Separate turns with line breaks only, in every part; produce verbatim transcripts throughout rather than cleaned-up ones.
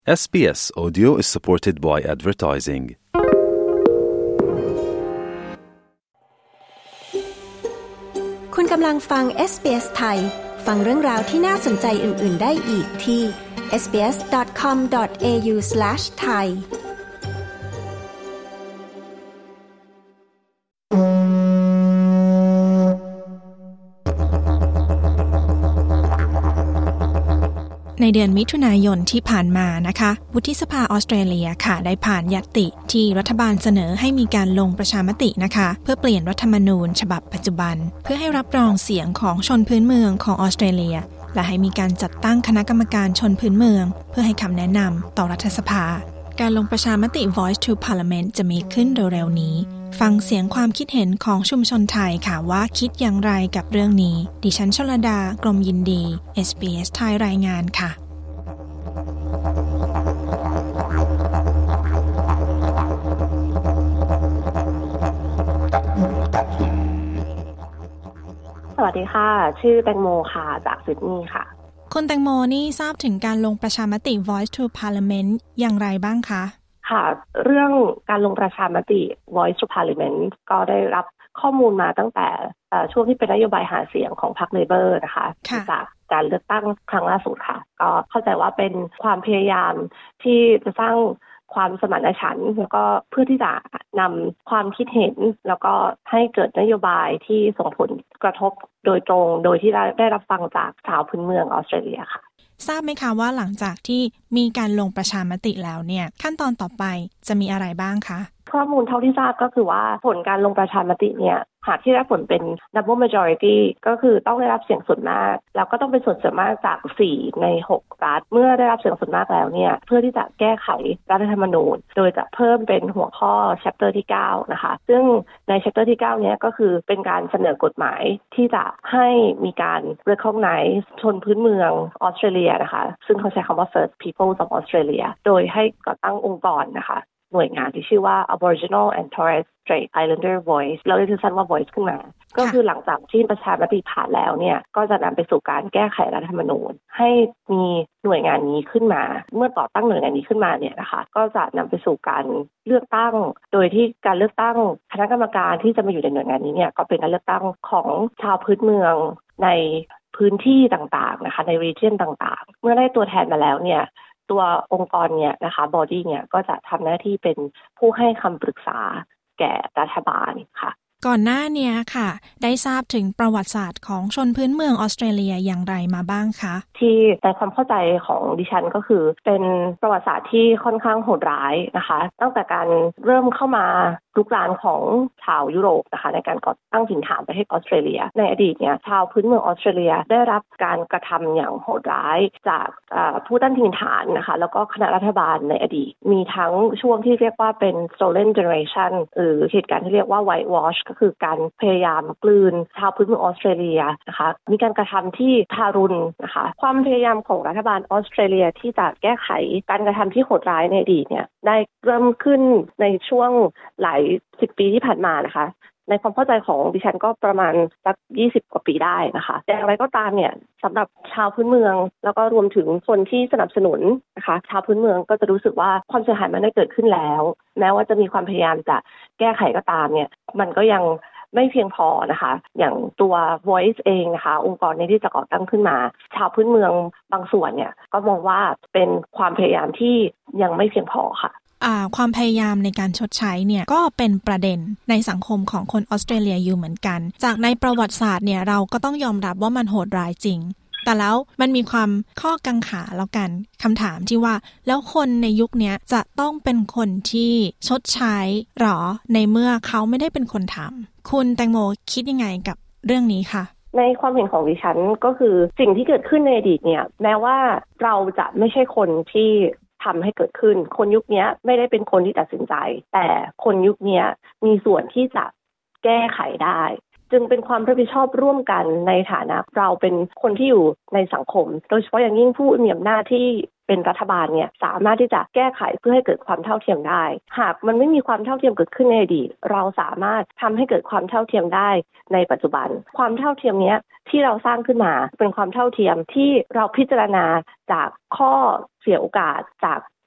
เอส บี เอส Audio is supported by advertising.
คุณกำลังฟัง เอส บี เอส ไทยฟังเรื่องราวที่น่าสนใจอื่นๆได้อีกที่ เอส บี เอส ดอท คอม ดอท เอ ยู สแลช ไทย
ในเดือนมิถุนายนที่ผ่านมานะคะวุฒิสภาออสเตรเลียค่ะได้ผ่านญัตติที่รัฐบาลเสนอให้มีการลงประชามตินะคะเพื่อเปลี่ยนรัฐธรรมนูญฉบับปัจจุบันเพื่อให้รับรองเสียงของชนพื้นเมืองของออสเตรเลียและให้มีการจัดตั้งคณะกรรมการชนพื้นเมืองเพื่อให้คำแนะนำต่อรัฐสภาการลงประชามติ Voice to Parliament จะมีขึ้นเร็วๆนี้ฟังเสียงความคิดเห็นของชุมชนไทยค่ะว่าคิดอย่างไรกับเรื่องนี้ดิฉันชลดากรมยินดี เอส บี เอส ไทยรายงานค่ะ
สวัสดีค่ะชื่อแตงโมค่ะจากซิดนีย์ค่ะ
คุณแตงโมนี่ทราบถึงการลงประชามติ Voice to Parliament อย่างไรบ้างคะ
ค่ะเรื่องการลงประชามติ Voice to Parliament ก็ได้รับข้อมูลมาตั้งแต่ช่วงที่เป็นนโยบายหาเสียงของพรรคเลเบอร์นะคะจากการเลือกตั้งครั้งล่าสุดค่ะก็เข้าใจว่าเป็นความพยายามที่จะสร้างความสมานฉันท์แล้วก็เพื่อที่จะนำความคิดเห็นแล้วก็ให้เกิดนโยบายที่ส่งผลกระทบโดยตรงโดยที่ได้รับฟังจากชาวพื้นเมืองออสเตรเลียค่ะ
ทราบไหมคะว่าหลังจากที่มีการลงประชามติแล้วเนี่ยขั้นตอนต่อไปจะมีอะไรบ้างคะ
ข้อมูลเท่าที่ทราบก็คือว่าผลการลงประชามติเนี่ยหากที่ได้ผลเป็น double majority ก็คือต้องได้รับเสียงส่วนมากแล้วก็ต้องเป็นส่วนส่วนมากจากสี่ในหกรัฐเมื่อได้รับเสียงส่วนมากแล้วเนี่ยเพื่อที่จะแก้ไขรัฐธรรมนูญโดยจะเพิ่มเป็นหัวข้อ chapter ที่เก้านะคะซึ่งใน chapter ที่เก้าเนี้ยก็คือเป็นการเสนอกฎหมายที่จะให้มีการ recognize ชนพื้นเมืองออสเตรเลียนะคะซึ่งเขาใช้คำว่า First Peoples of Australia โดยให้ก่อตั้งองค์กรนะคะหน่วยงานที่ชื่อว่า Aboriginal and Torres Strait Islander Voice เราเรียกสั้นๆว่า Voice ขึ้นมาก็คือหลังจากที่ประชามติผ่านแล้วเนี่ยก็จะนำไปสู่การแก้ไขรัฐธรรมนูญให้มีหน่วยงานนี้ขึ้นมาเมื่อต่อตั้งหน่วยงานนี้ขึ้นมาเนี่ยนะคะก็จะนำไปสู่การเลือกตั้งโดยที่การเลือกตั้งคณะกรรมการที่จะมาอยู่ในหน่วยงานนี้เนี่ยก็เป็นการเลือกตั้งของชาวพื้นเมืองในพื้นที่ต่างๆนะคะใน region ต่างๆเมื่อได้ตัวแทนมาแล้วเนี่ยตัวองค์กรเนี่ยนะคะบอดี้เนี่ยก็จะทำหน้าที่เป็นผู้ให้คำปรึกษาแก่รัฐบาลค่ะ
ก่อนหน้านี้ค่ะได้ทราบถึงประวัติศาสตร์ของชนพื้นเมืองออสเตรเลียอย่างไรมาบ้างคะ
ที่ในความเข้าใจของดิฉันก็คือเป็นประวัติศาสตร์ที่ค่อนข้างโหดร้ายนะคะตั้งแต่การเริ่มเข้ามาลุกรานของชาวยุโรปนะคะในการก่อตั้งถิ่นฐานประเทศออสเตรเลียในอดีตเนี่ยชาวพื้นเมืองออสเตรเลียได้รับการกระทำอย่างโหดร้ายจากผู้ตั้งถิ่นฐานนะคะแล้วก็คณะรัฐบาลในอดีตมีทั้งช่วงที่เรียกว่าเป็น stolen generation หรือเหตุการณ์ที่เรียกว่า whitewash ก็คือการพยายามกลืนชาวพื้นเมืองออสเตรเลียนะคะมีการกระทำที่ทารุณนะคะความพยายามของรัฐบาลออสเตรเลียที่จะแก้ไขการกระทำที่โหดร้ายในอดีตเนี่ยได้เริ่มขึ้นในช่วงหลายสิบปีที่ผ่านมานะคะในความเข้าใจของดิฉันก็ประมาณสักยี่สิบกว่าปีได้นะคะแต่อย่างไรก็ตามเนี่ยสำหรับชาวพื้นเมืองแล้วก็รวมถึงคนที่สนับสนุนนะคะชาวพื้นเมืองก็จะรู้สึกว่าความเสียหายมันได้เกิดขึ้นแล้วแม้ว่าจะมีความพยายามจะแก้ไขก็ตามเนี่ยมันก็ยังไม่เพียงพอนะคะอย่างตัว Voice เองนะคะองค์กรนี้ที่จะก่อตั้งขึ้นมาชาวพื้นเมืองบางส่วนเนี่ยก็มองว่าเป็นความพยายามที่ยังไม่เพียงพอค่ะ
ความพยายามในการชดใช้เนี่ยก็เป็นประเด็นในสังคมของคนออสเตรเลียอยู่เหมือนกันจากในประวัติศาสตร์เนี่ยเราก็ต้องยอมรับว่ามันโหดร้ายจริงแต่แล้วมันมีความข้อกังขาแล้วกันคำถามที่ว่าแล้วคนในยุคนี้จะต้องเป็นคนที่ชดใช้หรอในเมื่อเขาไม่ได้เป็นคนทำคุณแตงโมคิดยังไงกับเรื่องนี้คะ
ในความเห็นของดิฉันก็คือสิ่งที่เกิดขึ้นในอดีตเนี่ยแม้ว่าเราจะไม่ใช่คนที่ทำให้เกิดขึ้นคนยุคนี้ไม่ได้เป็นคนที่ตัดสินใจแต่คนยุคนี้มีส่วนที่จะแก้ไขได้จึงเป็นความรับผิดชอบร่วมกันในฐานะเราเป็นคนที่อยู่ในสังคมโดยเฉพาะอย่างยิ่งผู้มีอำนาจที่เป็นรัฐบาลเนี่ยสามารถที่จะแก้ไขเพื่อให้เกิดความเท่าเทียมได้หากมันไม่มีความเท่าเทียมเกิดขึ้นในอดีตเราสามารถทำให้เกิดความเท่าเทียมได้ในปัจจุบันความเท่าเทียมนี้ที่เราสร้างขึ้นมาเป็นความเท่าเทียมที่เราพิจารณาจากข้อเสียโอกาสจาก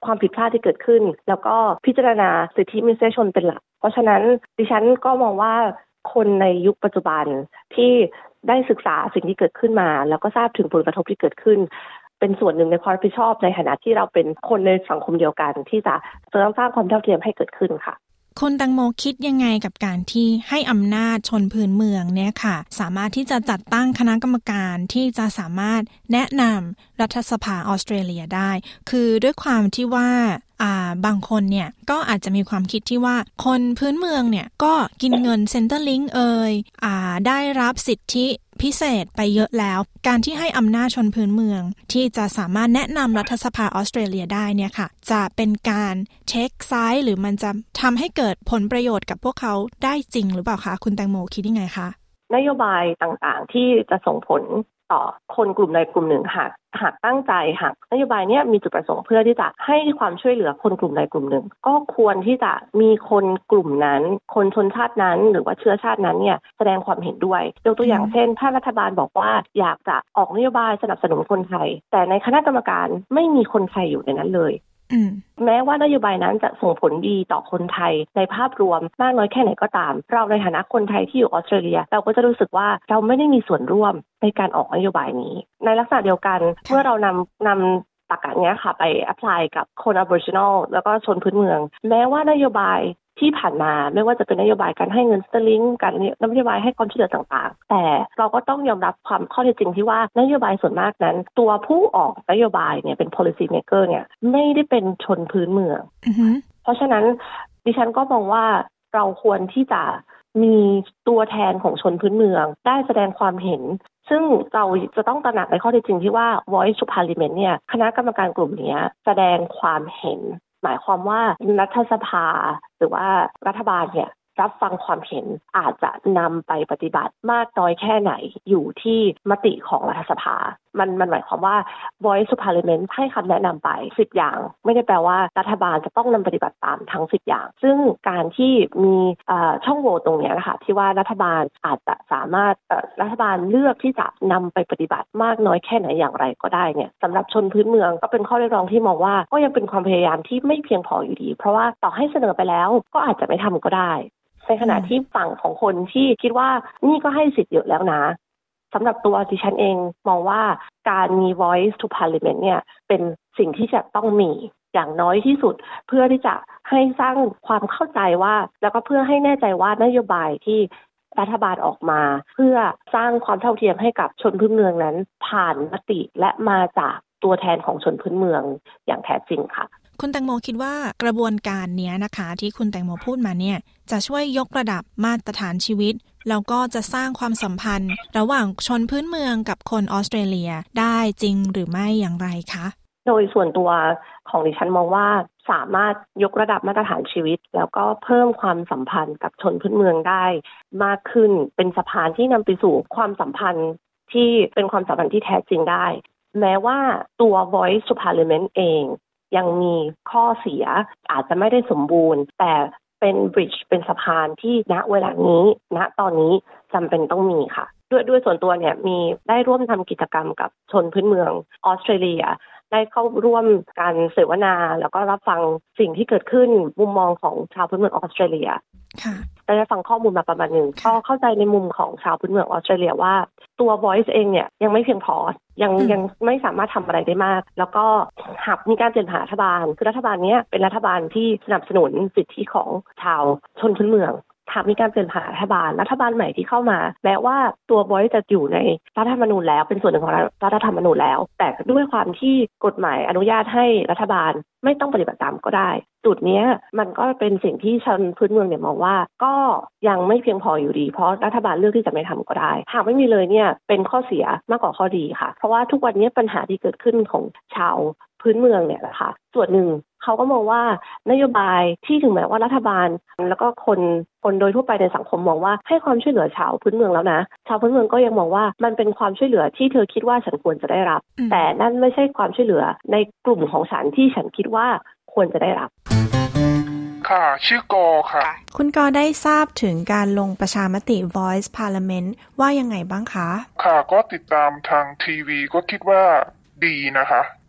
ความผิดพลาดที่เกิดขึ้นแล้วก็พิจารณาสิทธิมนุษยชนเป็นหลักเพราะฉะนั้นดิฉันก็มองว่าคนในยุคปัจจุบันที่ได้ศึกษาสิ่งที่เกิดขึ้นมาแล้วก็ทราบถึงผลกระทบที่เกิดขึ้นเป็นส่วนหนึ่งในความรับผิดชอบในฐานะที่เราเป็นคนในสังคมเดียวกันที่จะเสริมสร้างความเท่าเทียมให้เกิดขึ้นค่ะ
คุณแตงโมคิดยังไงกับการที่ให้อำนาจชนพื้นเมืองเนี่ยค่ะสามารถที่จะจัดตั้งคณะกรรมการที่จะสามารถแนะนำรัฐสภาออสเตรเลียได้คือด้วยความที่ว่าอ่าบางคนเนี่ยก็อาจจะมีความคิดที่ว่าคนพื้นเมืองเนี่ยก็กินเงินเซ็นเตอร์ลิงก์เอ่ยอ่าได้รับสิทธิพิเศษไปเยอะแล้วการที่ให้อำนาจชนพื้นเมืองที่จะสามารถแนะนำรัฐสภาออสเตรเลียได้เนี่ยค่ะจะเป็นการเช็คไซส์หรือมันจะทำให้เกิดผลประโยชน์กับพวกเขาได้จริงหรือเปล่าคะคุณแตงโมคิดยังไงคะ
นโยบายต่างๆที่จะส่งผลต่อคนกลุ่มใดกลุ่มหนึ่งหากหากตั้งใจหากนโยบายนี้มีจุดประสงค์เพื่อที่จะให้ความช่วยเหลือคนกลุ่มใดกลุ่มหนึ่งก็ควรที่จะมีคนกลุ่มนั้นคนชนชาตินั้นหรือว่าเชื้อชาตินั้นเนี่ยแสดงความเห็นด้วยยกตัวอย่างเช่นถ้ารัฐบาลบอกว่าอยากจะออกนโยบายสนับสนุนคนไทยแต่ในคณะกรรมการไม่มีคนไทยอยู่ในนั้นเลยแม้ว่านโยบายนั้นจะส่งผลดีต่อคนไทยในภาพรวมมากน้อยแค่ไหนก็ตามเราในฐานะคนไทยที่อยู่ออสเตรเลียเราก็จะรู้สึกว่าเราไม่ได้มีส่วนร่วมในการออกนโยบายนี้ในลักษณะเดียวกันเมื่อเรานำนำตรรกะนี้ค่ะไปแอพพลายกับคน Aboriginal แล้วก็ชนพื้นเมืองแม้ว่านโยบายที่ผ่านมาไม่ว่าจะเป็นนโยบายการให้เงินสเตอร์ลิงก์การนโยบายให้ความช่วยเหลือต่างๆแต่เราก็ต้องยอมรับความข้อเท็จจริงที่ว่านโยบายส่วนมากนั้นตัวผู้ออกนโยบายเนี่ยเป็น policy maker เนี่ยไม่ได้เป็นชนพื้นเมือง uh-huh. เพราะฉะนั้นดิฉันก็มองว่าเราควรที่จะมีตัวแทนของชนพื้นเมืองได้แสดงความเห็นซึ่งเราจะต้องตระหนักในข้อเท็จจริงที่ว่า voice to parliament เนี่ยคณะกรรมการกลุ่มนี้แสดงความเห็นหมายความว่ารัฐสภาหรือว่ารัฐบาลเนี่ยรับฟังความเห็นอาจจะนำไปปฏิบัติมากน้อยแค่ไหนอยู่ที่มติของรัฐสภามันมันหมายความว่า voice to parliament ให้คำแนะนำไปสิบอย่างไม่ได้แปลว่ารัฐบาลจะต้องนำปฏิบัติตามทั้งสิบอย่างซึ่งการที่มีช่องโหว่ตรงนี้นะคะที่ว่ารัฐบาลอาจจะสามารถรัฐบาลเลือกที่จะนำไปปฏิบัติมากน้อยแค่ไหนอย่างไรก็ได้เนี่ยสำหรับชนพื้นเมืองก็เป็นข้อเรียกร้องที่มองว่าก็ยังเป็นความพยายามที่ไม่เพียงพออยู่ดีเพราะว่าต่อให้เสนอไปแล้วก็อาจจะไม่ทำก็ได้ในขณะที่ฝั่งของคนที่คิดว่านี่ก็ให้สิทธิ์เยอะแล้วนะสำหรับตัวดิฉันเองมองว่าการมี voice to parliament เนี่ยเป็นสิ่งที่จะต้องมีอย่างน้อยที่สุดเพื่อที่จะให้สร้างความเข้าใจว่าแล้วก็เพื่อให้แน่ใจว่านโยบายที่รัฐบาลออกมาเพื่อสร้างความเท่าเทียมให้กับชนพื้นเมืองนั้นผ่านมติและมาจากตัวแทนของชนพื้นเมืองอย่างแท้จริงค่ะ
คุณแตงโมคิดว่ากระบวนการนี้นะคะที่คุณแตงโมพูดมาเนี่ยจะช่วยยกระดับมาตรฐานชีวิตแล้วก็จะสร้างความสัมพันธ์ระหว่างชนพื้นเมืองกับคนออสเตรเลียได้จริงหรือไม่อย่างไรคะ
โดยส่วนตัวของดิฉันมองว่าสามารถยกระดับมาตรฐานชีวิตแล้วก็เพิ่มความสัมพันธ์กับชนพื้นเมืองได้มากขึ้นเป็นสะพานที่นำไปสู่ความสัมพันธ์ที่เป็นความสัมพันธ์ที่แท้จริงได้แม้ว่าตัว voice to parliament เองยังมีข้อเสียอาจจะไม่ได้สมบูรณ์แต่เป็น bridge เป็นสะพานที่ณเวลานี้ณตอนนี้จำเป็นต้องมีค่ะด้วยด้วยส่วนตัวเนี่ยมีได้ร่วมทำกิจกรรมกับชนพื้นเมืองออสเตรเลียได้เข้าร่วมการเสวนาแล้วก็รับฟังสิ่งที่เกิดขึ้นมุมมองของชาวพื้นเมืองออสเตรเลียได้ฟังข้อมูลมาประมาณหนึ่งก็เข้าใจในมุมของชาวพื้นเมืองออสเตรเลียว่าตัว voice เองเนี่ยยังไม่เพียงพอยังยังไม่สามารถทำอะไรได้มากแล้วก็หากมีการเปลี่ยนผ่านรัฐบาลคือรัฐบาลนี้เป็นรัฐบาลที่สนับสนุนสิทธิของชาวชนพื้นเมืองหากมีการเปลี่ยนผ่านรัฐบาลรัฐบาลใหม่ที่เข้ามาแม้ว่าตัว voice จะอยู่ในรัฐธรรมนูญแล้วเป็นส่วนหนึ่งของรัฐธรรมนูญแล้วแต่ด้วยความที่กฎหมายอนุญาตให้รัฐบาลไม่ต้องปฏิบัติตามก็ได้จุดนี้มันก็เป็นสิ่งที่ชนพื้นเมืองเนี่ยมองว่าก็ยังไม่เพียงพออยู่ดีเพราะรัฐบาลเลือกที่จะไม่ทำก็ได้หากไม่มีเลยเนี่ยเป็นข้อเสียมากกว่าข้อดีค่ะเพราะว่าทุกวันนี้ปัญหาที่เกิดขึ้นของชาวพื้นเมืองเนี่ยนะคะส่วนหนึ่งเขาก็มองว่านโยบายที่ถึงแม้ว่ารัฐบาลแล้วก็คนคนโดยทั่วไปในสังคมมองว่าให้ความช่วยเหลือชาวพื้นเมืองแล้วนะชาวพื้นเมืองก็ยังมองว่ามันเป็นความช่วยเหลือที่เธอคิดว่าฉันควรจะได้รับแต่นั่นไม่ใช่ความช่วยเหลือในกลุ่มของฉันที่ฉันคิดว่าควรจะได้รับ
ค่ะชื่อกอค่ะ
คุณกอได้ทราบถึงการลงประชามติ Voice Parliament ว่ายังไงบ้างคะ
ค่ะก็ติดตามทางทีวีก็คิดว่าดีนะคะ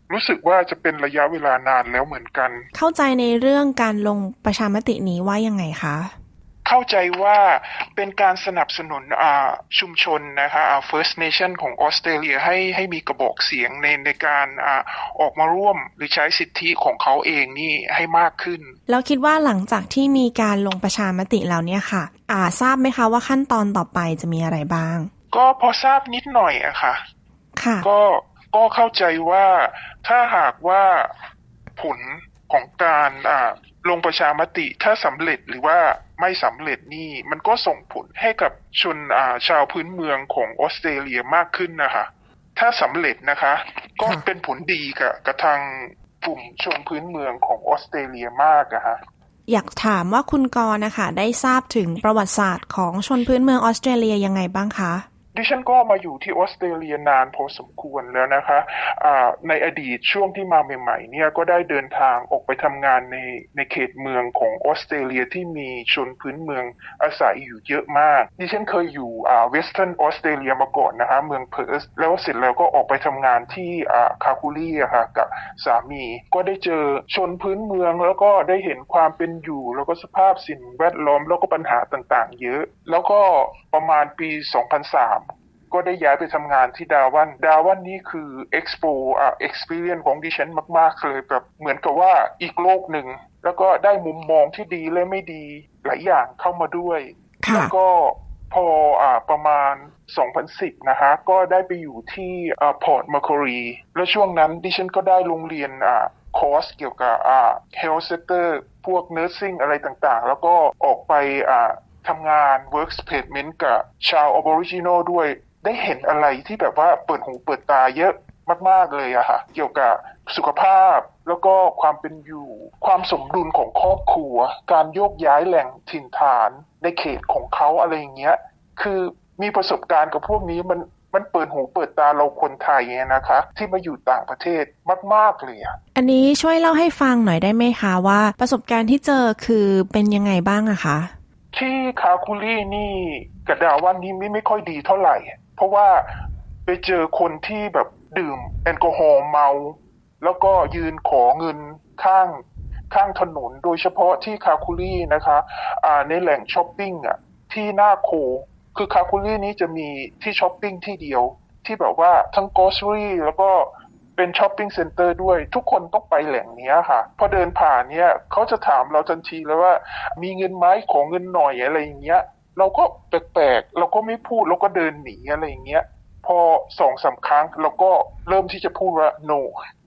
รู้สึกว่าจะเป็นระยะเวลานานแล้วเหมือนกัน
เข้าใจในเรื่องการลงประชามตินี้ว่ายังไงคะ
เข้าใจว่าเป็นการสนับสนุนอ่าชุมชนนะคะอ่า First Nation ของออสเตรเลียให้ให้มีกระบอกเสียงในในการอ่าออกมาร่วมหรือใช้สิทธิของเขาเองนี่ให้มากขึ้น
แล้วคิดว่าหลังจากที่มีการลงประชามติแล้วเนี่ยค่ะอ่าทราบไหมคะว่าขั้นตอนต่อไปจะมีอะไรบ้าง
ก็พอทราบนิดหน่อยอะค่ะ
ค่ะ
ก็ก็เข้าใจว่าถ้าหากว่าผลของการอ่าลงประชามติถ้าสำเร็จหรือว่าไม่สำเร็จนี่มันก็ส่งผลให้กับชนอ่าชาวพื้นเมืองของออสเตรเลียมากขึ้นนะคะถ้าสำเร็จนะคะก็เป็นผลดีกับกับทางกลุ่มชนพื้นเมืองของออสเตรเลียมากอะฮะ
อยากถามว่าคุณกรณ์นะคะได้ทราบถึงประวัติศาสตร์ของชนพื้นเมืองออสเตรเลียยังไงบ้างคะ
ดิฉันก็มาอยู่ที่ออสเตรเลียนานพอสมควรแล้วนะคะอ่าในอดีตช่วงที่มาใหม่ๆเนี่ยก็ได้เดินทางออกไปทำงานในในเขตเมืองของออสเตรเลียที่มีชนพื้นเมืองอาศัยอยู่เยอะมากดิฉันเคยอยู่อ่าเวสเทิร์นออสเตรเลียมาก่อนนะคะเมืองเพิร์ธแล้วเสร็จแล้วก็ออกไปทำงานที่อ่าคาคูลี่อะค่ะกับสามีก็ได้เจอชนพื้นเมืองแล้วก็ได้เห็นความเป็นอยู่แล้วก็สภาพสิ่งแวดล้อมแล้วก็ปัญหาต่างๆเยอะแล้วก็ประมาณปีสองพันสามก็ได้ย้ายไปทำงานที่ดาวันดาวันนี่คือ Expo อ่า Experience ของดิฉันมากๆเลยแบบเหมือนกับว่าอีกโลกหนึ่งแล้วก็ได้มุมมองที่ดีและไม่ดีหลายอย่างเข้ามาด้วยแล้วก็พออ่าประมาณสองพันสิบนะคะก็ได้ไปอยู่ที่อ่า Port Macquarie แล้วช่วงนั้นดิฉันก็ได้โรงเรียนอ่าคอร์สเกี่ยวกับอ่า Health Sector พวก Nursing อะไรต่างๆแล้วก็ออกไปอ่าทำงาน Work Placement กับชาว Aboriginal ด้วยได้เห็นอะไรที่แบบว่าเปิดหูเปิดตาเยอะมากๆเลยอะค่ะเกี่ยวกับสุขภาพแล้วก็ความเป็นอยู่ความสมดุลของครอบครัวการโยกย้ายแหล่งถิ่นฐานในเขตของเขาอะไรอย่างเงี้ยคือมีประสบการณ์กับพวกนี้มันมันเปิดหูเปิดตาเราคนไทยนะคะที่มาอยู่ต่างประเทศมากๆเลยอะ
อันนี้ช่วยเล่าให้ฟังหน่อยได้ไหมคะว่าประสบการณ์ที่เจอคือเป็นยังไงบ้างอะคะ
ที่คาคูลี่นี่กับดาวันนี้ไม่ไม่ค่อยดีเท่าไหร่เพราะว่าไปเจอคนที่แบบดื่มแอลกอฮอล์เมาแล้วก็ยืนขอเงินข้างข้างถนนโดยเฉพาะที่คาคูลี่นะคะอ่าในแหล่งช้อปปิ้งอ่ะที่หน้าโคคือคาคูลี่นี้จะมีที่ช้อปปิ้งที่เดียวที่แบบว่าทั้ง grocery แล้วก็เป็นช้อปปิ้งเซ็นเตอร์ด้วยทุกคนต้องไปแหล่งนี้ค่ะพอเดินผ่านเนี่ยเขาจะถามเราทันทีเลยว่ามีเงินไหมขอเงินหน่อยอะไรอย่างเงี้ยเราก็แปลกๆเราก็ไม่พูดเราก็เดินหนีอะไรอย่างเงี้ยพอสองสามครั้งเราก็เริ่มที่จะพูดว่า no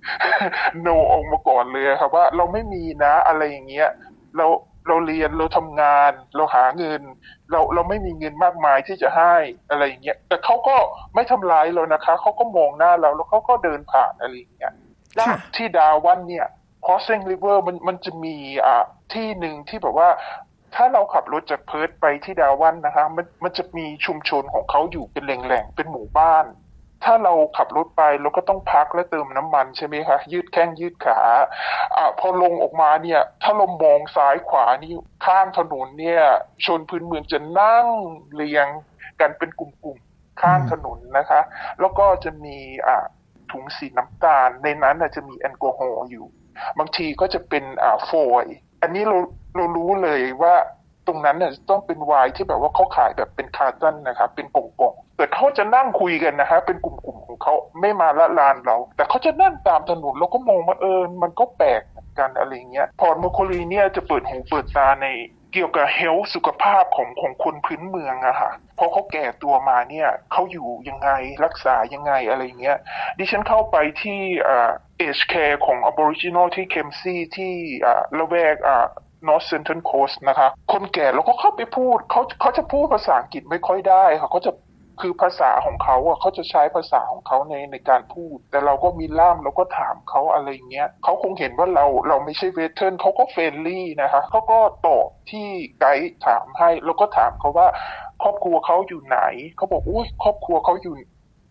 no ออกมาก่อนเลยครับว่าเราไม่มีนะอะไรอย่างเงี้ยเราเราเรียนเราทำงานเราหาเงินเราเราไม่มีเงินมากมายที่จะให้อะไรอย่างเงี้ยแต่เขาก็ไม่ทำร้ายเรานะคะเขาก็มองหน้าเราแล้วเขาก็เดินผ่านอะไรอย่างเงี้ยแล้วที่ดาวันเนี่ย Crossing River มันมันจะมีอ่าที่หนึ่งที่แบบว่าถ้าเราขับรถจากเพิร์ธไปที่ดาวันนะคะมันมันจะมีชุมชนของเขาอยู่เป็นแหล่งๆเป็นหมู่บ้านถ้าเราขับรถไปเราก็ต้องพักและเติมน้ำมันใช่ไหมคะยืดแข้งยืดขาอ่าพอลงออกมาเนี่ยถ้าเรามองซ้ายขวานี่ข้างถนนเนี่ยชนพื้นเมืองจะนั่งเรียงกันเป็นกลุ่มๆข้างถนนนะคะแล้วก็จะมีอ่าถุงสีน้ำตาลในนั้นน่ะจะมีแอลกอฮอล์อยู่บางทีก็จะเป็นอ่าโฟยอันนี้เราเรารู้เลยว่าตรงนั้นเนี่ยต้องเป็นไวน์ที่แบบว่าเขาขายแบบเป็นคาร์ตันนะครับเป็นกล่องๆแต่เขาจะนั่งคุยกันนะฮะเป็นกลุ่มๆของเขาไม่มาละลานเราแต่เขาจะนั่งตามถนนเราก็มองว่าเออมันก็แปลกกันอะไรเงี้ยพอร์ตโมโคลีเนี่ยจะเปิดหูเปิดตาในเกี่ยวกับเฮลท์สุขภาพของของคนพื้นเมืองอะค่ะพอเขาแก่ตัวมาเนี่ยเขาอยู่ยังไงรักษายังไงอะไรเงี้ยดิฉันเข้าไปที่อ่าเอจแคร์ของ Aboriginal ที่เคมซี่ที่อ่าละแวกอ่าNorth Central Coast นะคะคนแก่เราก็เข้าไปพูดเขาเขาจะพูดภาษาอังกฤษไม่ค่อยได้ค่ะเขาจะคือภาษาของเขาอ่ะเขาจะใช้ภาษาของเขาในในการพูดแต่เราก็มีล่ามเราก็ถามเขาอะไรเงี้ยเขาคงเห็นว่าเราเราไม่ใช่เวสเทิร์นเขาก็เฟรนลี่นะคะเขาก็ตอบที่ไกด์ถามให้แล้วก็ถามเขาว่าครอบครัวเขาอยู่ไหนเขาบอกอุ้ยครอบครัวเขาอยู่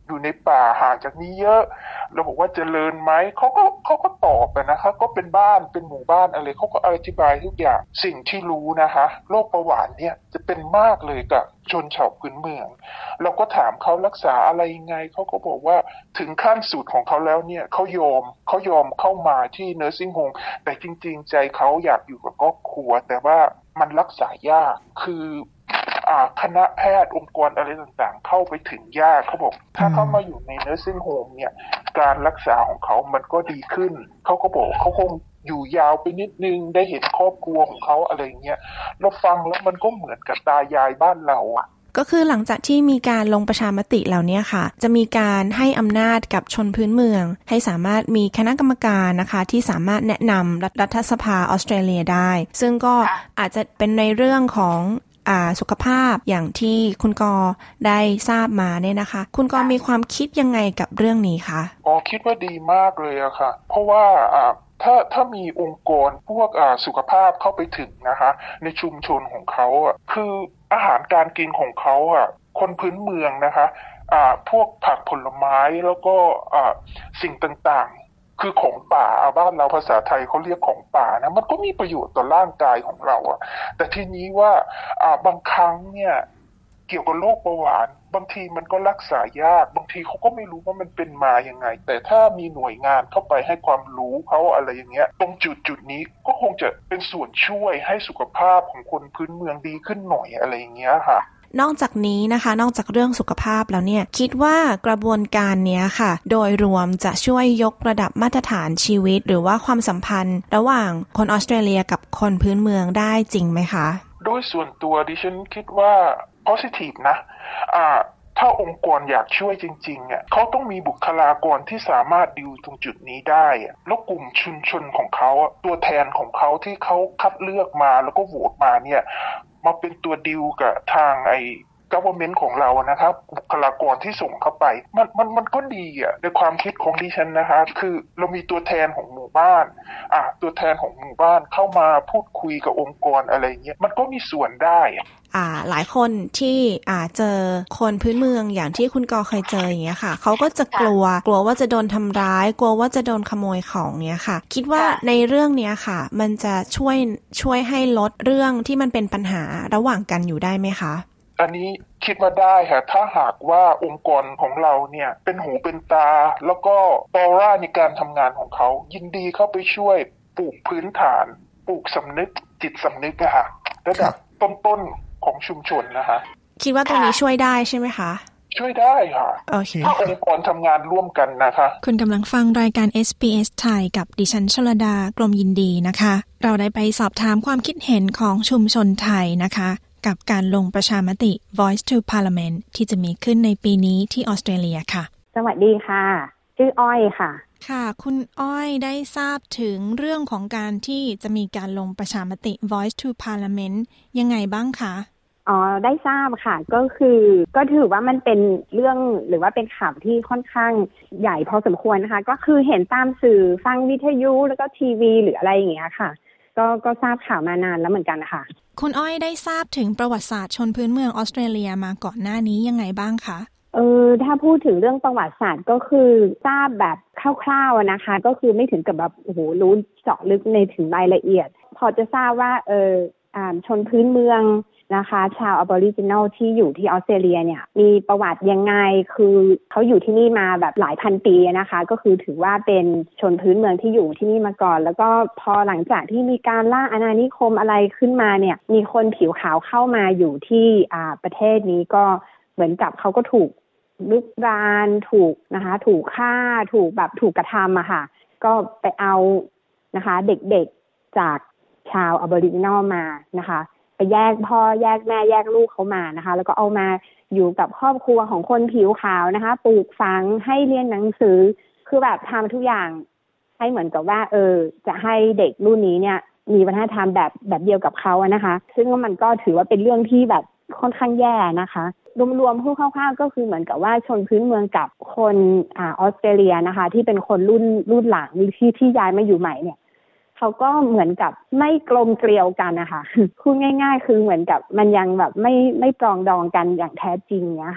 อยู่ในป่าห่างจากนี้เยอะเราบอกว่าเจริญไหมเขาก็เขาก็ตอบไปนะคะก็เป็นบ้านเป็นหมู่บ้านอะไรเขาก็อธิบายทุกอย่างสิ่งที่รู้นะคะโรคเบาหวานเนี่ยจะเป็นมากเลยกับชนชาวพื้นเมืองเราก็ถามเขารักษาอะไรยังไงเขาก็บอกว่าถึงขั้นสุดของเขาแล้วเนี่ยเขายอมเขายอมเข้ามาที่ nursing home แต่จริงๆใจเขาอยากอยู่กับครอบครัวแต่ว่ามันรักษายากคือคณะแพทย์องค์กรอะไรต่างๆเข้าไปถึงยากเขาบอกถ้าเขามาอยู่ใน nursing home เนี่ยการรักษาของเขามันก็ดีขึ้นเขาก็บอกเขาคงอยู่ยาวไปนิดนึงได้เห็นครอบครัวของเขาอะไรเงี้ยเราฟังแล้วมันก็เหมือนกับตายายบ้านเราอ่ะ
ก็คือหลังจากที่มีการลงประชามติแล้วเนี่ยค่ะจะมีการให้อำนาจกับชนพื้นเมืองให้สามารถมีคณะกรรมการนะคะที่สามารถแนะนำรัฐสภาออสเตรเลียได้ซึ่งก็อาจจะเป็นในเรื่องของสุขภาพอย่างที่คุณกอได้ทราบมาเนี่ยนะคะคุณกอมีความคิดยังไงกับเรื่องนี้คะ
อ๋อคิดว่าดีมากเลยอะค่ะเพราะว่าถ้าถ้ามีองค์กรพวกสุขภาพเข้าไปถึงนะคะในชุมชนของเขาอ่ะคืออาหารการกินของเขาอ่ะคนพื้นเมืองนะคะอ่าพวกผักผลไม้แล้วก็อ่าสิ่งต่างๆคือของป่าบ้านเราภาษาไทยเขาเรียกของป่านะมันก็มีประโยชน์ต่อร่างกายของเราอ่ะแต่ทีนี้ว่าอ่าบางครั้งเนี่ยเกี่ยวกับโรคเบาหวานบางทีมันก็รักษายากบางทีเขาก็ไม่รู้ว่ามันเป็นมายังไงแต่ถ้ามีหน่วยงานเข้าไปให้ความรู้เขาอะไรอย่างเงี้ยตรงจุดจุดนี้ก็คงจะเป็นส่วนช่วยให้สุขภาพของคนพื้นเมืองดีขึ้นหน่อยอะไรอย่างเงี้ยค่ะ
นอกจากนี้นะคะนอกจากเรื่องสุขภาพแล้วเนี่ยคิดว่ากระบวนการเนี้ยค่ะโดยรวมจะช่วยยกระดับมาตรฐานชีวิตหรือว่าความสัมพันธ์ระหว่างคนออสเตรเลียกับคนพื้นเมืองได้จริงไหมคะ
โดยส่วนตัวดิฉันคิดว่าpositive นะอ่าถ้าองค์กรอยากช่วยจริงๆอ่ะเขาต้องมีบุคลากรที่สามารถดิวตรงจุดนี้ได้แล้วกลุ่มชุมชนของเขาตัวแทนของเขาที่เขาคัดเลือกมาแล้วก็โหวตมาเนี่ยมาเป็นตัวดิวกับทางไอ้ government ของเรานะครับบุคลากรที่ส่งเข้าไปมันมันมันก็ดีอ่ะในความคิดของดิฉันนะคะคือเรามีตัวแทนของหมู่บ้านอ่ะตัวแทนของหมู่บ้านเข้ามาพูดคุยกับองค์กรอะไรเงี้ยมันก็มีส่วนได้
อ่าหลายคนที่อ่าเจอคนพื้นเมืองอย่างที่คุณกอเคยเจออย่างเงี้ยค่ะเขาก็จะกลัวกลัวว่าจะโดนทำร้ายกลัวว่าจะโดนขโมยของเนี้ยค่ะคิดว่าในเรื่องเนี้ยค่ะมันจะช่วยช่วยให้ลดเรื่องที่มันเป็นปัญหาระหว่างกันอยู่ได้ไหมคะ
อันนี้คิดว่าได้ค่ะถ้าหากว่าองค์กรของเราเนี่ยเป็นหูเป็นตาแล้วก็ออร่าในการทำงานของเขายินดีเข้าไปช่วยปลูกพื้นฐานปลูกสำนึกจิตสำนึกอะค่ะระดับต้นๆของชุมชนนะคะ
คิดว่าตรงนี้ช่วยได้ใช่ไหมคะ
ช่วยได้ค่ะ
โอเค
ถ้าองค์กรทำงานร่วมกันนะคะ
คุณกำลังฟังรายการ เอส บี เอส ไทยกับดิฉันชลดากรมยินดีนะคะเราได้ไปสอบถามความคิดเห็นของชุมชนไทยนะคะกับการลงประชามติ Voice to Parliament ที่จะมีขึ้นในปีนี้ที่ออสเตรเลียค่ะ
สวัสดีค่ะชื่ออ้อยค่ะ
ค่ะคุณอ้อยได้ทราบถึงเรื่องของการที่จะมีการลงประชามติ Voice to Parliament ยังไงบ้างคะ
อ๋อได้ทราบค่ะก็คือก็ถือว่ามันเป็นเรื่องหรือว่าเป็นข่าวที่ค่อนข้างใหญ่พอสมควรนะคะก็คือเห็นตามสื่อฟังวิทยุแล้วก็ทีวีหรืออะไรอย่างเงี้ยค่ะก็ก็ทราบข่าวมานานแล้วเหมือนกันนะคะ
คุณอ้อยได้ทราบถึงประวัติศาสตร์ชนพื้นเมืองออสเตรเลียมาก่อนหน้านี้ยังไงบ้างคะ
เออถ้าพูดถึงเรื่องประวัติศาสตร์ก็คือทราบแบบคร่าวๆนะคะก็คือไม่ถึงกับแบบโอ้โหรู้เจาะลึกในถึงรายละเอียดพอจะทราบว่าเอออ่าชนพื้นเมืองนะคะชาว Aboriginal ที่อยู่ที่ออสเตรเลียเนี่ยมีประวัติยังไงคือเขาอยู่ที่นี่มาแบบหลายพันปีนะคะก็คือถือว่าเป็นชนพื้นเมืองที่อยู่ที่นี่มาก่อนแล้วก็พอหลังจากที่มีการล่าอาณานิคมอะไรขึ้นมาเนี่ยมีคนผิวขาวเข้ามาอยู่ที่อ่าประเทศนี้ก็เหมือนกับเขาก็ถูกลุกรานถูกนะคะถูกฆ่าถูกแบบถูกกระทำอะค่ะก็ไปเอานะคะเด็กๆจากชาว Aboriginal มานะคะไปแยกพ่อแยกแม่แยกลูกเขามานะคะแล้วก็เอามาอยู่กับครอบครัวของคนผิวขาวนะคะปลูกฝังให้เรียนหนังสือคือแบบทำทุกอย่างให้เหมือนกับว่าเออจะให้เด็กรุ่นนี้เนี่ยมีวัฒนธรรมแบบแบบเดียวกับเขาอะนะคะซึ่งมันก็ถือว่าเป็นเรื่องที่แบบค่อนข้างแย่นะคะรวมๆพูดคร่าวๆก็คือเหมือนกับว่าชนพื้นเมืองกับคนอ่าออสเตรเลียนะคะที่เป็นคนรุ่นรุ่นหลังที่ที่ย้ายมาอยู่ใหม่เนี่ยเขาก็เหมือนกับไม่กลมเกลียวกันนะคะพูดง่ายๆคือเหมือนกับมันยังแบบไม่ไม่ปรองดองกันอย่างแท้จริงเนี้ยค่ะ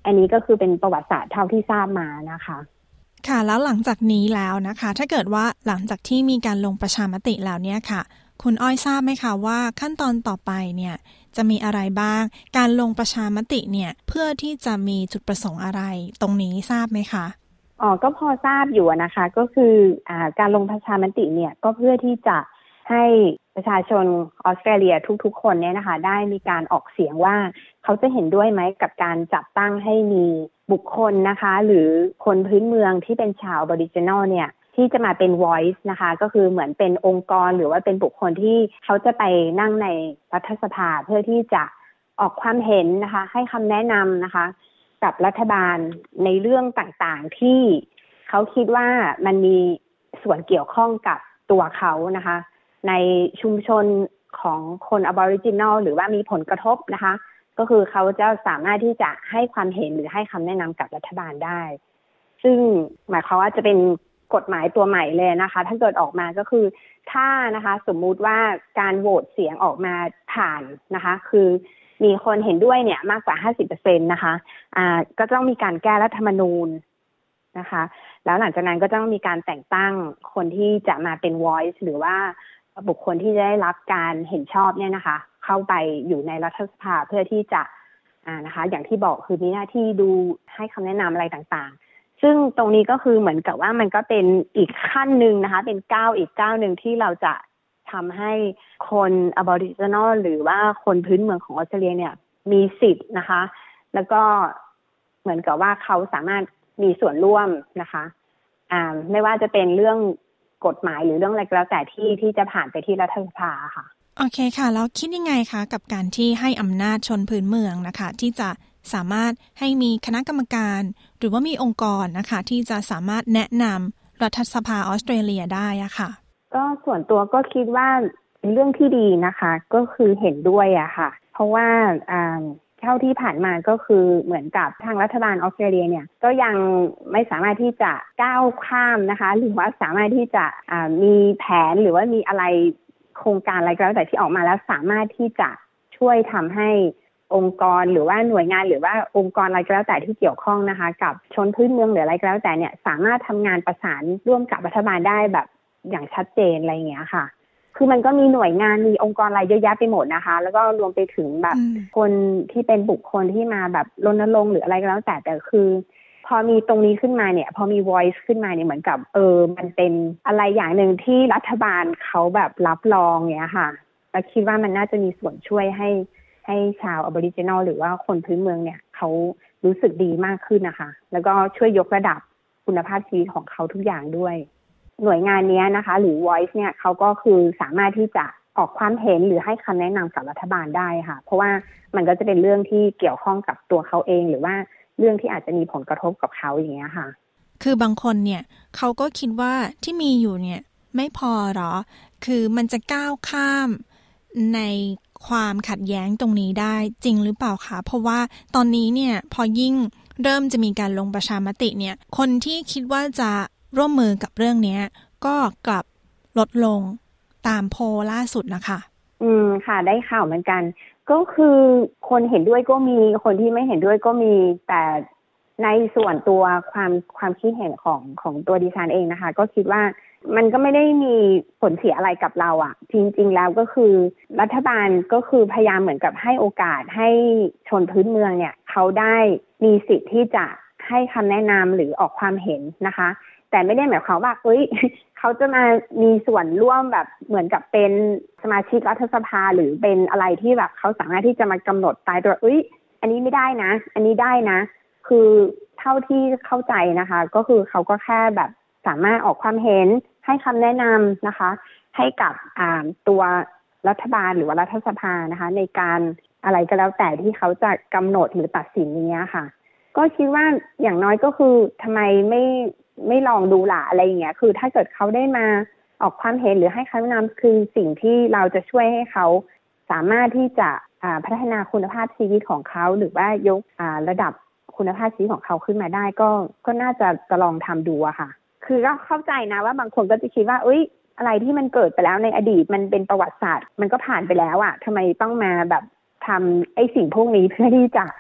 อันนี้ก็คือเป็นประวัติศาสตร์เท่าที่ทราบมานะคะ
ค่ะแล้วหลังจากนี้แล้วนะคะถ้าเกิดว่าหลังจากที่มีการลงประชามติแล้วเนี่ยค่ะคุณอ้อยทราบไหมคะว่าขั้นตอนต่อไปเนี่ยจะมีอะไรบ้างการลงประชามติเนี่ยเพื่อที่จะมีจุดประสงค์อะไรตรงนี้ทราบไหมคะ
อ๋อก็พอทราบอยู่นะคะก็คืออ่าการลงประชามติเนี่ยก็เพื่อที่จะให้ประชาชนออสเตรเลียทุกๆคนเนี่ยนะคะได้มีการออกเสียงว่าเขาจะเห็นด้วยไหมกับการจัดตั้งให้มีบุคคลนะคะหรือคนพื้นเมืองที่เป็นชาว Aboriginal เนี่ยที่จะมาเป็น voice นะคะก็คือเหมือนเป็นองค์กรหรือว่าเป็นบุคคลที่เขาจะไปนั่งในรัฐสภาเพื่อที่จะออกความเห็นนะคะให้คำแนะนำนะคะกับรัฐบาลในเรื่องต่างๆที่เขาคิดว่ามันมีส่วนเกี่ยวข้องกับตัวเขานะคะในชุมชนของคน Aboriginal หรือว่ามีผลกระทบนะคะก็คือเขาจะสามารถที่จะให้ความเห็นหรือให้คำแนะนำกับรัฐบาลได้ซึ่งหมายความว่าจะเป็นกฎหมายตัวใหม่เลยนะคะถ้าเกิดออกมาก็คือถ้านะคะสมมุติว่าการโหวตเสียงออกมาผ่านนะคะคือมีคนเห็นด้วยเนี่ยมากกว่า ห้าสิบเปอร์เซ็นต์ นะคะอ่าก็ต้องมีการแก้รัฐธรรมนูญนะคะแล้วหลังจากนั้นก็ต้องมีการแต่งตั้งคนที่จะมาเป็น voice หรือว่าบุคคลที่จะได้รับการเห็นชอบเนี่ยนะคะเข้าไปอยู่ในรัฐสภาเพื่อที่จะอ่านะคะอย่างที่บอกคือมีหน้าที่ดูให้คำแนะนำอะไรต่างๆซึ่งตรงนี้ก็คือเหมือนกับว่ามันก็เป็นอีกขั้นหนึ่งนะคะเป็นก้าวอีกก้าวหนึ่งที่เราจะทำให้คน Aboriginal หรือว่าคนพื้นเมืองของออสเตรเลียเนี่ยมีสิทธิ์นะคะแล้วก็เหมือนกับว่าเขาสามารถมีส่วนร่วมนะคะอ่าไม่ว่าจะเป็นเรื่องกฎหมายหรือเรื่องอะไรก็แล้วแต่ที่ที่จะผ่านไปที่รัฐสภาค่ะ
โอเคค่ะแล้วคิดยังไงคะกับการที่ให้อำนาจชนพื้นเมืองนะคะที่จะสามารถให้มีคณะกรรมการหรือว่ามีองค์กรนะคะที่จะสามารถแนะนำรัฐสภาออสเตรเลียได้อะค่ะ
ก็ส่วนตัวก็คิดว่าเป็นเรื่องที่ดีนะคะก็คือเห็นด้วยอะค่ะเพราะว่าอ่าเท่าที่ผ่านมาก็คือเหมือนกับทางรัฐบาลออสเตรเลียเนี่ยก็ยังไม่สามารถที่จะก้าวข้ามนะคะหรือว่าสามารถที่จะอ่ามีแผนหรือว่ามีอะไรโครงการอะไรก็แล้วแต่ที่ออกมาแล้วสามารถที่จะช่วยทำให้องค์กรหรือว่าหน่วยงานหรือว่าองค์กรอะไรก็แล้วแต่ที่เกี่ยวข้องนะคะกับชนพื้นเมืองหรืออะไรก็แล้วแต่เนี่ยสามารถทำงานประสานร่วมกับรัฐบาลได้แบบอย่างชัดเจนอะไรอย่างเงี้ยค่ะคือมันก็มีหน่วยงานมีองค์กรอะไรเยอะแยะไปหมดนะคะแล้วก็รวมไปถึงแบบคนที่เป็นบุคคลที่มาแบบรณรงค์หรืออะไรก็แล้วแต่แต่คือพอมีตรงนี้ขึ้นมาเนี่ยพอมี voice ขึ้นมาเนี่ยเหมือนกับเออมันเป็นอะไรอย่างหนึ่งที่รัฐบาลเขาแบบรับรองเงี้ยค่ะแล้วคิดว่ามันน่าจะมีส่วนช่วยให้ให้ชาว Aboriginal หรือว่าคนพื้นเมืองเนี่ยเขารู้สึกดีมากขึ้นนะคะแล้วก็ช่วยยกระดับคุณภาพชีวิตของเขาทุกอย่างด้วยหน่วยงานนี้นะคะหรือ voice เนี่ยเขาก็คือสามารถที่จะออกความเห็นหรือให้คำแนะนำกับรัฐบาลได้ค่ะเพราะว่ามันก็จะเป็นเรื่องที่เกี่ยวข้องกับตัวเขาเองหรือว่าเรื่องที่อาจจะมีผลกระทบกับเขาอย่างเงี้ยค่ะ
คือบางคนเนี่ยเขาก็คิดว่าที่มีอยู่เนี่ยไม่พอหรอคือมันจะก้าวข้ามในความขัดแย้งตรงนี้ได้จริงหรือเปล่าคะเพราะว่าตอนนี้เนี่ยพอยิ่งเริ่มจะมีการลงประชามติเนี่ยคนที่คิดว่าจะร่วมมือกับเรื่องนี้ก็กลับลดลงตามโพลล่าสุดนะคะ
อืมค่ะได้ข่าวเหมือนกันก็คือคนเห็นด้วยก็มีคนที่ไม่เห็นด้วยก็มีแต่ในส่วนตัวความความคิดเห็นของของตัวดิฉันเองนะคะก็คิดว่ามันก็ไม่ได้มีผลเสียอะไรกับเราอ่ะจริงๆแล้วก็คือรัฐบาลก็คือพยายามเหมือนกับให้โอกาสให้ชนพื้นเมืองเนี่ยเขาได้มีสิทธิ์ที่จะให้คำแนะนำหรือออกความเห็นนะคะแต่ไม่ได้หมายความว่าเอ้ยเขาจะมามีส่วนร่วมแบบเหมือนกับเป็นสมาชิกรัฐสภาหรือเป็นอะไรที่แบบเขาสามารถที่จะมากำหนดตายตัวเอ้ยอันนี้ไม่ได้นะอันนี้ได้นะคือเท่าที่เข้าใจนะคะก็คือเขาก็แค่แบบสามารถออกความเห็นให้คำแนะนำนะคะให้กับอ่าตัวรัฐบาลหรือว่ารัฐสภานะคะในการอะไรก็แล้วแต่ที่เขาจะกำหนดหรือตัดสินอย่างเงี้ยค่ะก็คิดว่าอย่างน้อยก็คือทำไมไม่ไม่ลองดูล่ะอะไรอย่างเงี้ยคือถ้าเกิดเขาได้มาออกความเห็นหรือให้คำแนะนำคือสิ่งที่เราจะช่วยให้เขาสามารถที่จะพัฒนาคุณภาพชีวิตของเขาหรือว่ายกระดับคุณภาพชีวิตของเขาขึ้นมาได้ก็ก็น่าจะจะลองทำดูอะค่ะคือก็เข้าใจนะว่าบางคนก็จะคิดว่าเอ้ยอะไรที่มันเกิดไปแล้วในอดีตมันเป็นประวัติศาสตร์มันก็ผ่านไปแล้วอะทำไมต้องมาแบบทำไอ้สิ่งพวกนี้เพื่อที่จะช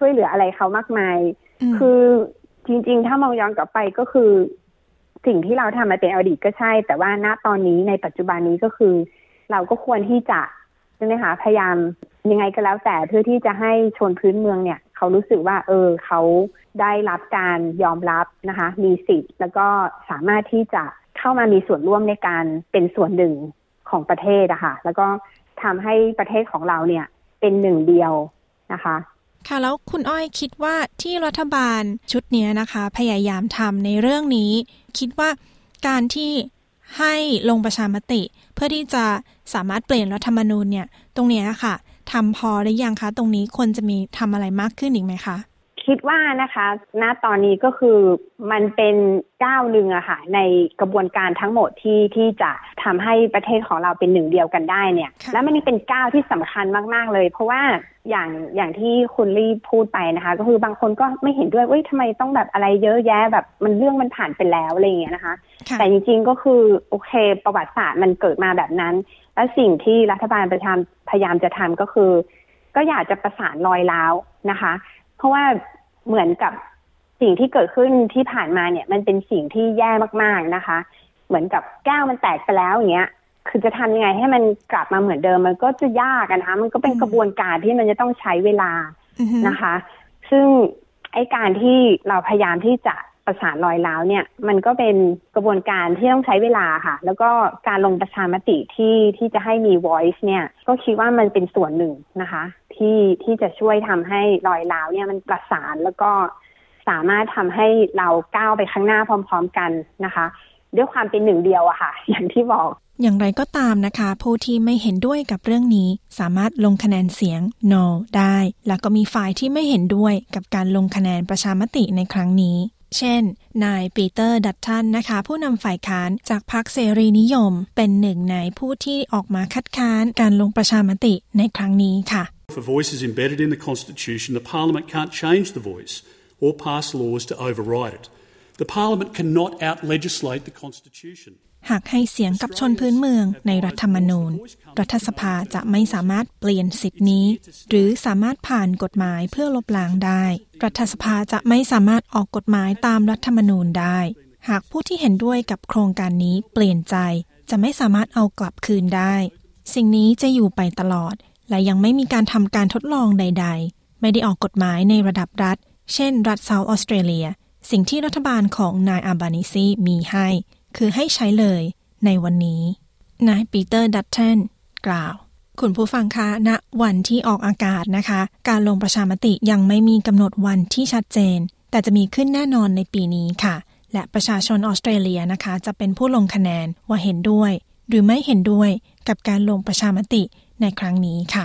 ช่วยเหลืออะไรเขามากมายคือจริงๆถ้ามองย้อนกลับไปก็คือสิ่งที่เราทำมาเป็นอดีตก็ใช่แต่ว่าณตอนนี้ในปัจจุบันนี้ก็คือเราก็ควรที่จะใช่ไหมคะพยายามยังไงก็แล้วแต่เพื่อที่จะให้ชนพื้นเมืองเนี่ยเขารู้สึกว่าเออเขาได้รับการยอมรับนะคะมีสิทธิ์แล้วก็สามารถที่จะเข้ามามีส่วนร่วมในการเป็นส่วนหนึ่งของประเทศอะค่ะแล้วก็ทำให้ประเทศของเราเนี่ยเป็นหนึ่งเดียวนะคะ
ค่ะแล้วคุณอ้อยคิดว่าที่รัฐบาลชุดนี้นะคะพยายามทำในเรื่องนี้คิดว่าการที่ให้ลงประชามติเพื่อที่จะสามารถเปลี่ยนรัฐธรรมนูญเนี่ยตรงนี้ค่ะทำพอหรือยังคะตรงนี้ควรจะมีทำอะไรมากขึ้นอีกไหมคะ
คิดว่านะคะณตอนนี้ก็คือมันเป็นก้าวหนึ่งอะค่ะในกระบวนการทั้งหมดที่ที่จะทำให้ประเทศของเราเป็นหนึ่งเดียวกันได้เนี่ยและมันเป็นก้าวที่สำคัญมากๆเลยเพราะว่าอย่างอย่างที่คุณลี่พูดไปนะคะก็คือบางคนก็ไม่เห็นด้วยว่าทำไมต้องแบบอะไรเยอะแยะแบบมันเรื่องมันผ่านไปแล้วอะไรอย่างเงี้ยนะคะแต่จริงๆก็คือโอเคประวัติศาสตร์มันเกิดมาแบบนั้นและสิ่งที่รัฐบาลประชาพยายามจะทำก็คือก็อยากจะประสานรอยร้าวนะคะเพราะว่าเหมือนกับสิ่งที่เกิดขึ้นที่ผ่านมาเนี่ยมันเป็นสิ่งที่แย่มากๆนะคะเหมือนกับแก้วมันแตกไปแล้วอย่างเงี้ยคือจะทำยังไงให้มันกลับมาเหมือนเดิมมันก็จะยากนะคะมันก็เป็นกระบวนการที่มันจะต้องใช้เวลา uh-huh. นะคะซึ่งไอ้การที่เราพยายามที่จะประสานรอยร้าวเนี่ยมันก็เป็นกระบวนการที่ต้องใช้เวลาค่ะแล้วก็การลงประชามติที่ที่จะให้มี voice เนี่ยก็คิดว่ามันเป็นส่วนหนึ่งนะคะที่ที่จะช่วยทำให้รอยร้าวเนี่ยมันประสานแล้วก็สามารถทำให้เราก้าวไปข้างหน้าพร้อมๆกันนะคะด้วยความเป็นหนึ่งเดียวอะค่ะอย่างที่บอก
อย่างไรก็ตามนะคะผู้ที่ไม่เห็นด้วยกับเรื่องนี้สามารถลงคะแนนเสียง no ได้แล้วก็มีฝ่ายที่ไม่เห็นด้วยกับการลงคะแนนประชามติในครั้งนี้เช่นนายปีเตอร์ดัตตันนะคะผู้นำฝ่ายค้านจากพรรคเสรีนิยมเป็นหนึ่งในผู้ที่ออกมาคัดค้านการลงประชามติในครั้งนี้ค่ะ
If a voice is embedded in the Constitution, the Parliament can't change the voice or pass laws to override it. The Parliament cannot out-legislate the Constitution.
หากให้เสียงกับชนพื้นเมืองในรัฐธรรมนูญรัฐสภาจะไม่สามารถเปลี่ยนสิทธินี้หรือสามารถผ่านกฎหมายเพื่อลบล้างได้รัฐสภาจะไม่สามารถออกกฎหมายตามรัฐธรรมนูญได้หากผู้ที่เห็นด้วยกับโครงการนี้เปลี่ยนใจจะไม่สามารถเอากลับคืนได้สิ่งนี้จะอยู่ไปตลอดและยังไม่มีการทำการทดลองใดๆไม่ได้ออกกฎหมายในระดับรัฐเช่นรัฐเซาท์ออสเตรเลียสิ่งที่รัฐบาลของนายอัลบานีซีมีให้คือให้ใช้เลยในวันนี้นายปีเตอร์ดัตตันกล่าวคุณผู้ฟังคะณวันที่ออกอากาศนะคะการลงประชามติยังไม่มีกำหนดวันที่ชัดเจนแต่จะมีขึ้นแน่นอนในปีนี้ค่ะและประชาชนออสเตรเลียนะคะจะเป็นผู้ลงคะแนนว่าเห็นด้วยหรือไม่เห็นด้วยกับการลงประชามติในครั้งนี้ค่ะ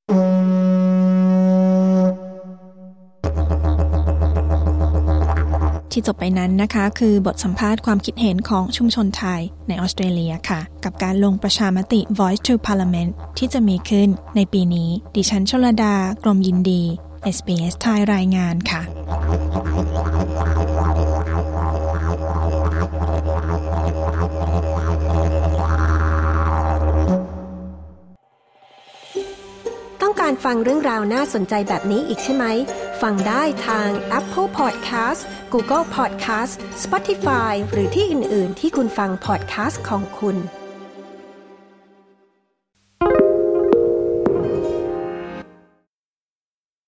ที่จบไปนั้นนะคะคือบทสัมภาษณ์ความคิดเห็นของชุมชนไทยในออสเตรเลียค่ะกับการลงประชามติ Voice to Parliament ที่จะมีขึ้นในปีนี้ดิฉันชลดากรมยินดี เอส บี เอส ไทยรายงานค่ะ
ต้องการฟังเรื่องราวน่าสนใจแบบนี้อีกใช่ไหมฟังได้ทาง Apple Podcast Google Podcast Spotify หรือที่อื่นๆที่คุณฟัง podcast ของคุณ